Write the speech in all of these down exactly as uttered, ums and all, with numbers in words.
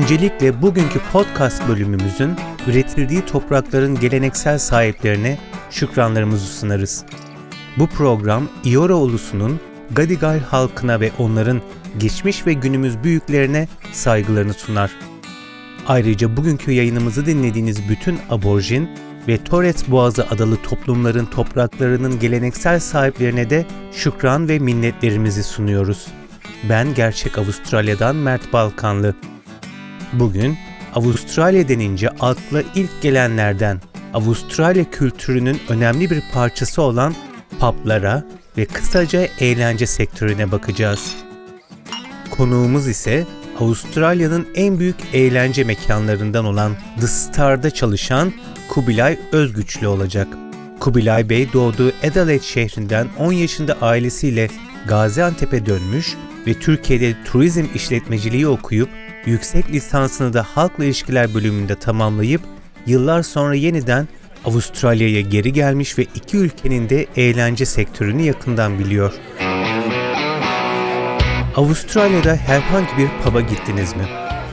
Öncelikle bugünkü podcast bölümümüzün üretildiği toprakların geleneksel sahiplerine şükranlarımızı sunarız. Bu program İora ulusunun Gadigal halkına ve onların geçmiş ve günümüz büyüklerine saygılarını sunar. Ayrıca bugünkü yayınımızı dinlediğiniz bütün aborjin ve Torres Boğazı adalı toplumların topraklarının geleneksel sahiplerine de şükran ve minnetlerimizi sunuyoruz. Ben gerçek Avustralya'dan Mert Balkanlı. Bugün Avustralya denince akla ilk gelenlerden Avustralya kültürünün önemli bir parçası olan publara ve kısaca eğlence sektörüne bakacağız. Konuğumuz ise Avustralya'nın en büyük eğlence mekanlarından olan The Star'da çalışan Kubilay Özgüçlü olacak. Kubilay Bey doğduğu Adelaide şehrinden on yaşında ailesiyle Gaziantep'e dönmüş ve Türkiye'de turizm işletmeciliği okuyup yüksek lisansını da halkla ilişkiler bölümünde tamamlayıp yıllar sonra yeniden Avustralya'ya geri gelmiş ve iki ülkenin de eğlence sektörünü yakından biliyor. Avustralya'da herhangi bir pub'a gittiniz mi?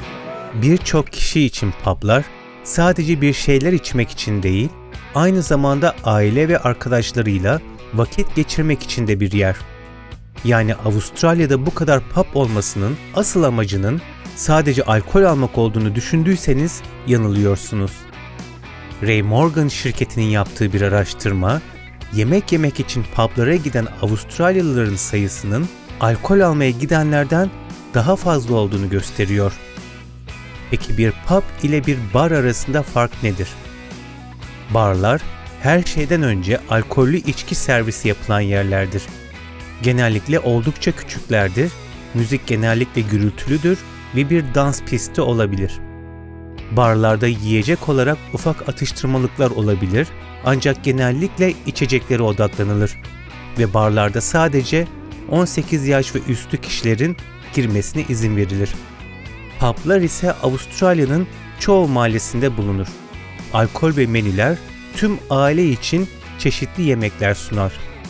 Birçok kişi için pub'lar sadece bir şeyler içmek için değil, aynı zamanda aile ve arkadaşlarıyla vakit geçirmek için de bir yer. Yani Avustralya'da bu kadar pub olmasının asıl amacının sadece alkol almak olduğunu düşündüyseniz yanılıyorsunuz. Ray Morgan şirketinin yaptığı bir araştırma, yemek yemek için publara giden Avustralyalıların sayısının alkol almaya gidenlerden daha fazla olduğunu gösteriyor. Peki bir pub ile bir bar arasında fark nedir? Barlar, her şeyden önce alkollü içki servisi yapılan yerlerdir. Genellikle oldukça küçüklerdir, müzik genellikle gürültülüdür ve bir dans pisti olabilir. Barlarda yiyecek olarak ufak atıştırmalıklar olabilir, ancak genellikle içeceklere odaklanılır ve barlarda sadece on sekiz yaş ve üstü kişilerin girmesine izin verilir. Pub'lar ise Avustralya'nın çoğu mahallesinde bulunur. Alkol ve menüler tüm aile için çeşitli yemekler sunar.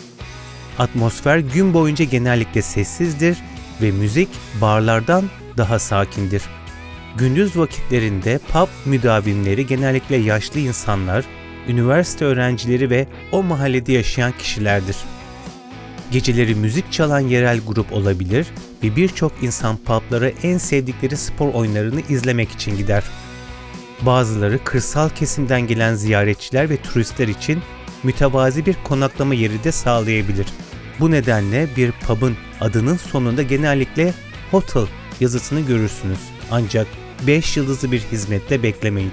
Atmosfer gün boyunca genellikle sessizdir ve müzik barlardan daha sakindir. Gündüz vakitlerinde pub müdavimleri genellikle yaşlı insanlar, üniversite öğrencileri ve o mahallede yaşayan kişilerdir. Geceleri müzik çalan yerel grup olabilir ve birçok insan publara en sevdikleri spor oyunlarını izlemek için gider. Bazıları kırsal kesimden gelen ziyaretçiler ve turistler için mütevazi bir konaklama yeri de sağlayabilir. Bu nedenle bir pub'ın adının sonunda genellikle hotel yazısını görürsünüz. Ancak beş yıldızlı bir hizmette beklemeyin.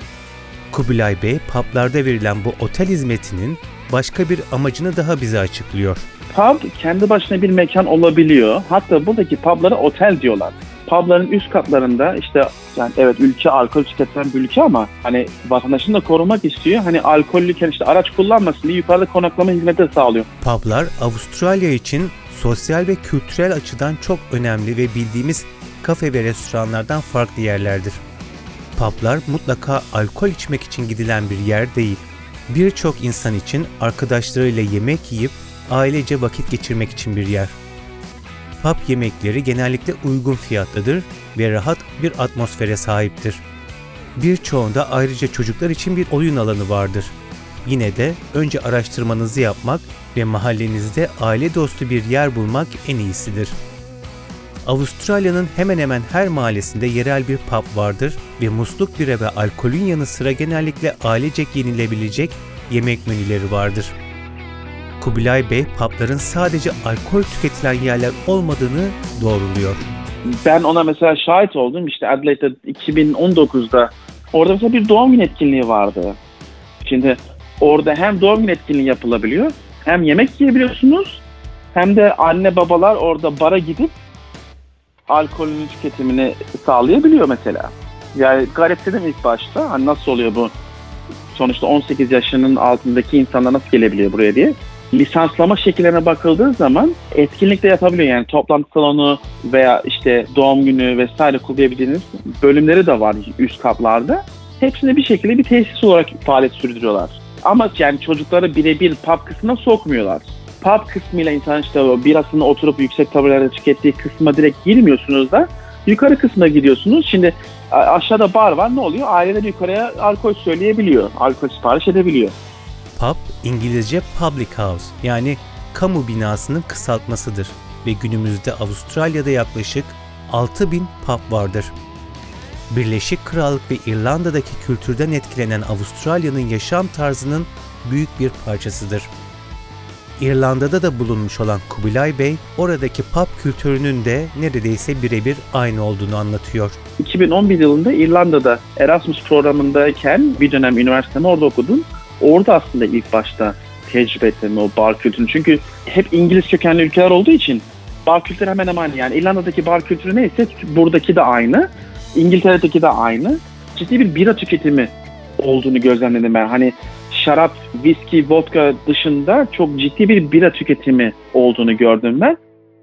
Kubilay Bey, pub'larda verilen bu otel hizmetinin başka bir amacını daha bize açıklıyor. Pub kendi başına bir mekan olabiliyor. Hatta buradaki pub'lara otel diyorlar. Pub'ların üst katlarında işte yani evet ülke alkol tüketen bir ülke ama hani vatandaşını da korumak istiyor. Hani alkollüyken işte araç kullanmasın diye yukarıda konaklama hizmeti sağlıyor. Pub'lar Avustralya için sosyal ve kültürel açıdan çok önemli ve bildiğimiz kafe ve restoranlardan farklı yerlerdir. Pub'lar mutlaka alkol içmek için gidilen bir yer değil. Birçok insan için arkadaşlarıyla yemek yiyip ailece vakit geçirmek için bir yer. Pub yemekleri genellikle uygun fiyatlıdır ve rahat bir atmosfere sahiptir. Birçoğunda ayrıca çocuklar için bir oyun alanı vardır. Yine de önce araştırmanızı yapmak ve mahallenizde aile dostu bir yer bulmak en iyisidir. Avustralya'nın hemen hemen her mahallesinde yerel bir pub vardır ve musluk bira ve alkolün yanı sıra genellikle ailecek yenilebilecek yemek menüleri vardır. Kubilay Bey, pub'ların sadece alkol tüketilen yerler olmadığını doğruluyor. Ben ona mesela şahit oldum. İşte Adelaide'de iki bin on dokuzda orada mesela bir doğum günü etkinliği vardı. Şimdi orada hem doğum günü etkinliği yapılabiliyor, hem yemek yiyebiliyorsunuz, hem de anne babalar orada bara gidip alkolün tüketimini sağlayabiliyor mesela. Yani garipsedim ilk başta. Hani nasıl oluyor bu? Sonuçta on sekiz yaşının altındaki insanlar nasıl gelebiliyor buraya diye. Lisanslama şekillerine bakıldığı zaman etkinlik de yapabiliyor. Yani toplantı salonu veya işte doğum günü vesaire kurabildiğiniz bölümleri de var üst katlarda. Hepsinde bir şekilde bir tesis olarak faaliyet sürdürüyorlar. Ama yani çocukları birebir pub kısmına sokmuyorlar. Pub kısmıyla insan işte o birasını oturup yüksek tabelerde tükettiği kısma direkt girmiyorsunuz da yukarı kısmına gidiyorsunuz. Şimdi aşağıda bar var, ne oluyor? Aileler yukarıya alkol söyleyebiliyor. Alkol sipariş edebiliyor. Pub, İngilizce public house yani kamu binasının kısaltmasıdır ve günümüzde Avustralya'da yaklaşık altı bin pub vardır. Birleşik Krallık ve İrlanda'daki kültürden etkilenen Avustralya'nın yaşam tarzının büyük bir parçasıdır. İrlanda'da da bulunmuş olan Kubilay Bey, oradaki pub kültürünün de neredeyse birebir aynı olduğunu anlatıyor. iki bin on bir yılında İrlanda'da Erasmus programındayken bir dönem üniversitemi orada okudum. Orada aslında ilk başta tecrübe ettim o bar kültürünü. Çünkü hep İngiliz kökenli ülkeler olduğu için bar kültürü hemen hemen aynı. Yani İrlanda'daki bar kültürü neyse buradaki de aynı. İngiltere'deki de aynı. Ciddi bir bira tüketimi olduğunu gözlemledim ben. Hani şarap, viski, vodka dışında çok ciddi bir bira tüketimi olduğunu gördüm ben.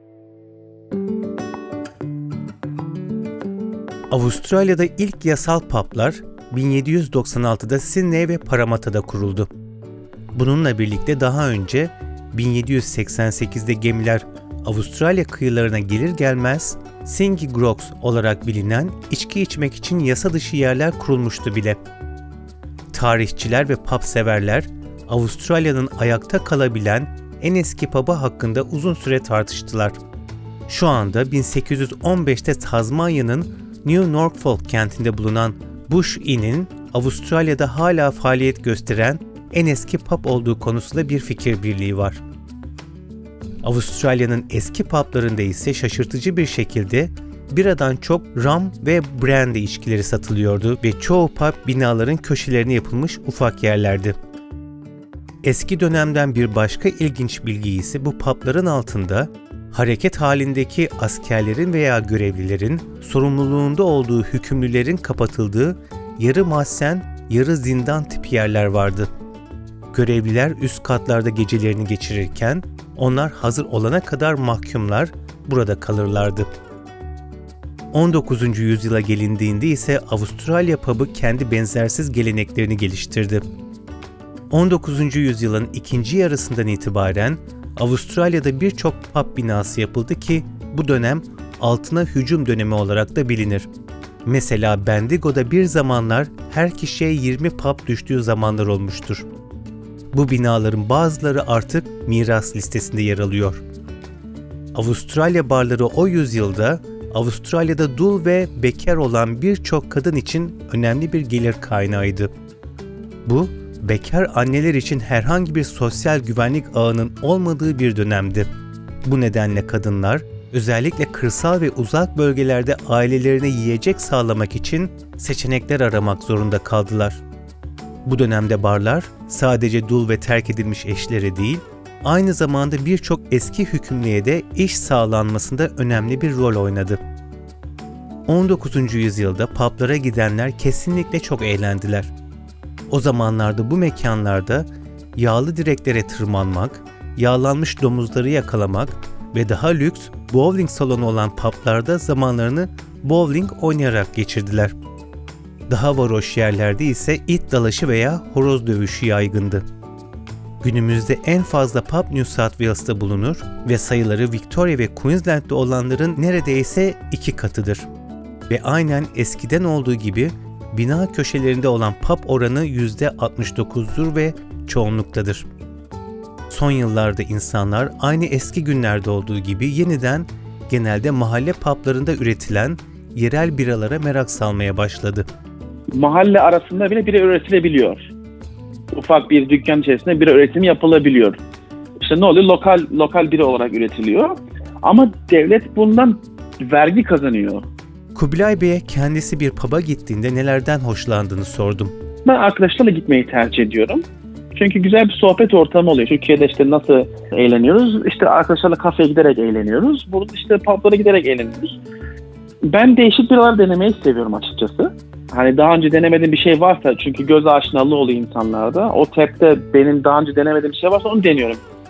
Avustralya'da ilk yasal publar bin yedi yüz doksan altıda Sydney ve Parramatta'da kuruldu. Bununla birlikte daha önce bin yedi yüz seksen sekizde gemiler Avustralya kıyılarına gelir gelmez Singing Grogs olarak bilinen içki içmek için yasa dışı yerler kurulmuştu bile. Tarihçiler ve pub severler Avustralya'nın ayakta kalabilen en eski pub'ı hakkında uzun süre tartıştılar. Şu anda bin sekiz yüz on beşte Tazmanya'nın New Norfolk kentinde bulunan Bush Inn'in Avustralya'da hala faaliyet gösteren en eski pub olduğu konusunda bir fikir birliği var. Avustralya'nın eski publarında ise şaşırtıcı bir şekilde biradan çok rum ve brandy içkileri satılıyordu ve çoğu pub binaların köşelerine yapılmış ufak yerlerdi. Eski dönemden bir başka ilginç bilgi ise bu pubların altında hareket halindeki askerlerin veya görevlilerin sorumluluğunda olduğu hükümlülerin kapatıldığı yarı mahzen, yarı zindan tipi yerler vardı. Görevliler üst katlarda gecelerini geçirirken onlar hazır olana kadar mahkumlar burada kalırlardı. on dokuzuncu yüzyıla gelindiğinde ise Avustralya pub'ı kendi benzersiz geleneklerini geliştirdi. on dokuzuncu yüzyılın ikinci yarısından itibaren Avustralya'da birçok pub binası yapıldı ki bu dönem altına hücum dönemi olarak da bilinir. Mesela Bendigo'da bir zamanlar her kişiye yirmi pub düştüğü zamanlar olmuştur. Bu binaların bazıları artık miras listesinde yer alıyor. Avustralya barları o yüzyılda Avustralya'da dul ve bekar olan birçok kadın için önemli bir gelir kaynağıydı. Bu, bekar anneler için herhangi bir sosyal güvenlik ağının olmadığı bir dönemdi. Bu nedenle kadınlar, özellikle kırsal ve uzak bölgelerde ailelerine yiyecek sağlamak için seçenekler aramak zorunda kaldılar. Bu dönemde barlar sadece dul ve terk edilmiş eşlere değil, aynı zamanda birçok eski hükümlüye de iş sağlanmasında önemli bir rol oynadı. on dokuzuncu yüzyılda publara gidenler kesinlikle çok eğlendiler. O zamanlarda bu mekanlarda yağlı direklere tırmanmak, yağlanmış domuzları yakalamak ve daha lüks bowling salonu olan publarda zamanlarını bowling oynayarak geçirdiler. Daha varoş yerlerde ise it dalaşı veya horoz dövüşü yaygındı. Günümüzde en fazla pub New South Wales'ta bulunur ve sayıları Victoria ve Queensland'de olanların neredeyse iki katıdır. Ve aynen eskiden olduğu gibi bina köşelerinde olan pub oranı yüzde altmış dokuzdur ve çoğunluktadır. Son yıllarda insanlar aynı eski günlerde olduğu gibi yeniden genelde mahalle publarında üretilen yerel biralara merak salmaya başladı. Mahalle arasında bile bira üretilebiliyor. Ufak bir dükkan içerisinde bira üretimi yapılabiliyor. İşte ne oluyor? Lokal lokal bira olarak üretiliyor. Ama devlet bundan vergi kazanıyor. Kubilay Bey'e kendisi bir pub'a gittiğinde nelerden hoşlandığını sordum. Ben arkadaşlarla gitmeyi tercih ediyorum. Çünkü güzel bir sohbet ortamı oluyor. Türkiye'de işte nasıl eğleniyoruz? İşte arkadaşlarla kafeye giderek eğleniyoruz. Burada işte pub'lara giderek eğleniyoruz. Ben değişik biralar denemeyi seviyorum açıkçası. Hani daha önce denemediğim bir şey varsa, çünkü göz aşinalığı oluyor insanlarda. O tapte benim daha önce denemediğim bir şey varsa onu deniyorum.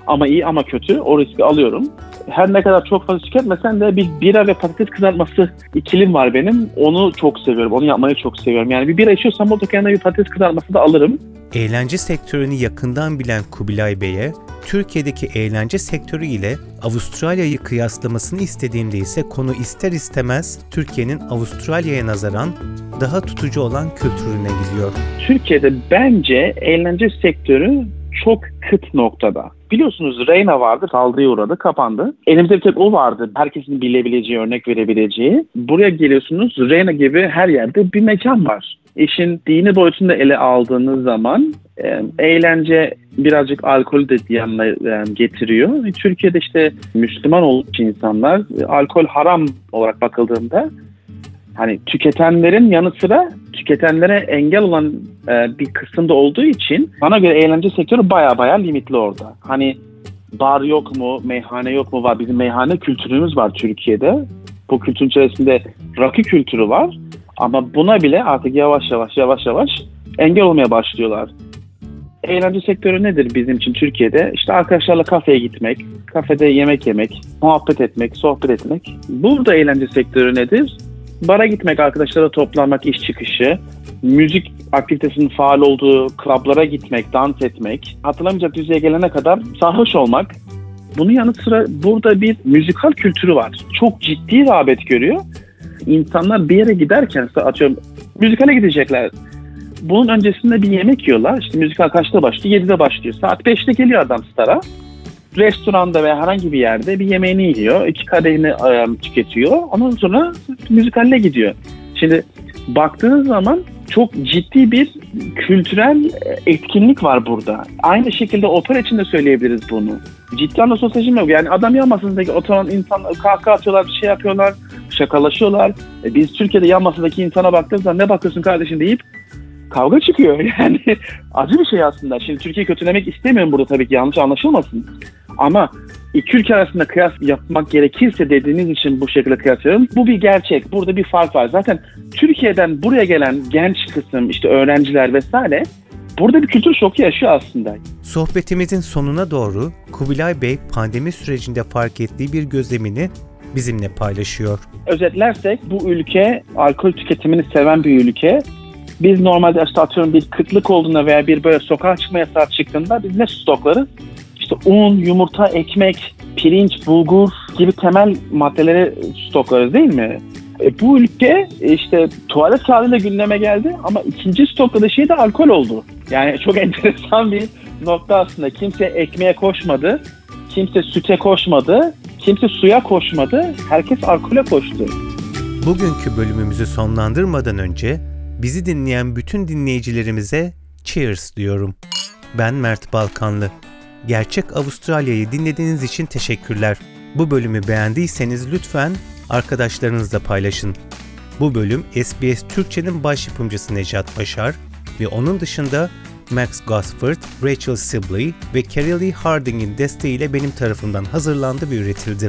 ama iyi ama kötü. O riski alıyorum. Her ne kadar çok fazla tüketmesen de bir bira ve patates kızartması ikilim var benim. Onu çok seviyorum. Onu yapmayı çok seviyorum. Yani bir bira içiyorsam mutlaka yanına bir patates kızartması da alırım. Eğlence sektörünü yakından bilen Kubilay Bey'e, Türkiye'deki eğlence sektörü ile Avustralya'yı kıyaslamasını istediğimde ise konu ister istemez Türkiye'nin Avustralya'ya nazaran daha tutucu olan kültürüne gidiyor. Türkiye'de bence eğlence sektörü çok kıt noktada. Biliyorsunuz Reyna vardı, saldırıya uğradı, kapandı. Elimizde bir tek o vardı. Herkesin bilebileceği, örnek verebileceği. Buraya geliyorsunuz, Reyna gibi her yerde bir mekan var. İşin dini boyutunu ele aldığınız zaman e, eğlence birazcık alkolü de yanına e, getiriyor. E, Türkiye'de işte Müslüman olduğu insanlar e, alkol haram olarak bakıldığında hani tüketenlerin yanı sıra tüketenlere engel olan e, bir kısımda olduğu için bana göre eğlence sektörü baya baya limitli orada. Hani bar yok mu, meyhane yok mu var. Bizim meyhane kültürümüz var Türkiye'de. Bu kültürün içerisinde rakı kültürü var. Ama buna bile artık yavaş yavaş yavaş yavaş engel olmaya başlıyorlar. Eğlence sektörü nedir bizim için Türkiye'de? İşte arkadaşlarla kafeye gitmek, kafede yemek yemek, muhabbet etmek, sohbet etmek. Burada eğlence sektörü nedir? Bara gitmek, arkadaşlarla toplanmak, iş çıkışı, müzik aktivitesinin faal olduğu klaplara gitmek, dans etmek, hatırlamayacak düzeye gelene kadar sarhoş olmak. Bunun yanı sıra burada bir müzikal kültürü var. Çok ciddi rağbet görüyor. İnsanlar bir yere giderken, atıyorum müzikale gidecekler. Bunun öncesinde bir yemek yiyorlar. İşte müzikal kaçta başlıyor? yedide başlıyor. Saat beşte geliyor adam Star'a. Restoranda veya herhangi bir yerde bir yemeğini yiyor. iki kadehini um, tüketiyor. Ondan sonra müzikalle gidiyor. Şimdi baktığınız zaman çok ciddi bir kültürel etkinlik var burada. Aynı şekilde opera için de söyleyebiliriz bunu. Ciddi anlamda sosyalizm yok. Yani adam yan masasındaki oturan insan kahkaha atıyorlar, bir şey yapıyorlar, şakalaşıyorlar. E biz Türkiye'de yan masadaki insana baktığımız zaman ne bakıyorsun kardeşim deyip kavga çıkıyor. Yani acı bir şey aslında. Şimdi Türkiye'yi kötülemek istemiyorum burada, tabii ki yanlış anlaşılmasın. Ama iki ülke arasında kıyas yapmak gerekirse dediğiniz için bu şekilde kıyaslıyorum. Bu bir gerçek. Burada bir fark var. Zaten Türkiye'den buraya gelen genç kısım, işte öğrenciler vesaire, burada bir kültür şoku yaşıyor aslında. Sohbetimizin sonuna doğru Kubilay Bey pandemi sürecinde fark ettiği bir gözlemini bizimle paylaşıyor. Özetlersek bu ülke alkol tüketimini seven bir ülke. Biz normalde işte atıyorum bir kıtlık olduğunda veya bir böyle sokağa çıkma yasağı çıktığında biz ne stoklarız? İşte un, yumurta, ekmek, pirinç, bulgur gibi temel maddeleri stoklarız değil mi? E, bu ülke işte tuvalet kağıdıyla gündeme geldi ama ikinci stokladığı şey de alkol oldu. Yani çok enteresan bir nokta aslında. Kimse ekmeğe koşmadı, kimse süte koşmadı, kimse suya koşmadı, herkes alkole koştu. Bugünkü bölümümüzü sonlandırmadan önce bizi dinleyen bütün dinleyicilerimize cheers diyorum. Ben Mert Balkanlı. Gerçek Avustralya'yı dinlediğiniz için teşekkürler. Bu bölümü beğendiyseniz lütfen arkadaşlarınızla paylaşın. Bu bölüm S B S Türkçe'nin baş yapımcısı Necat Başar ve onun dışında Max Gosford, Rachel Sibley ve Carrie Lee Harding'in desteğiyle benim tarafımdan hazırlandı ve üretildi.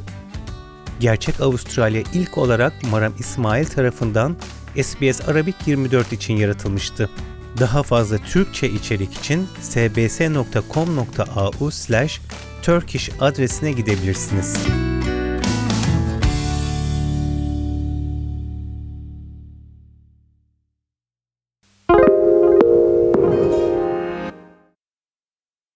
Gerçek Avustralya ilk olarak Maram İsmail tarafından S B S Arabik yirmi dört için yaratılmıştı. Daha fazla Türkçe içerik için s b s nokta com nokta a u slash turkish adresine gidebilirsiniz.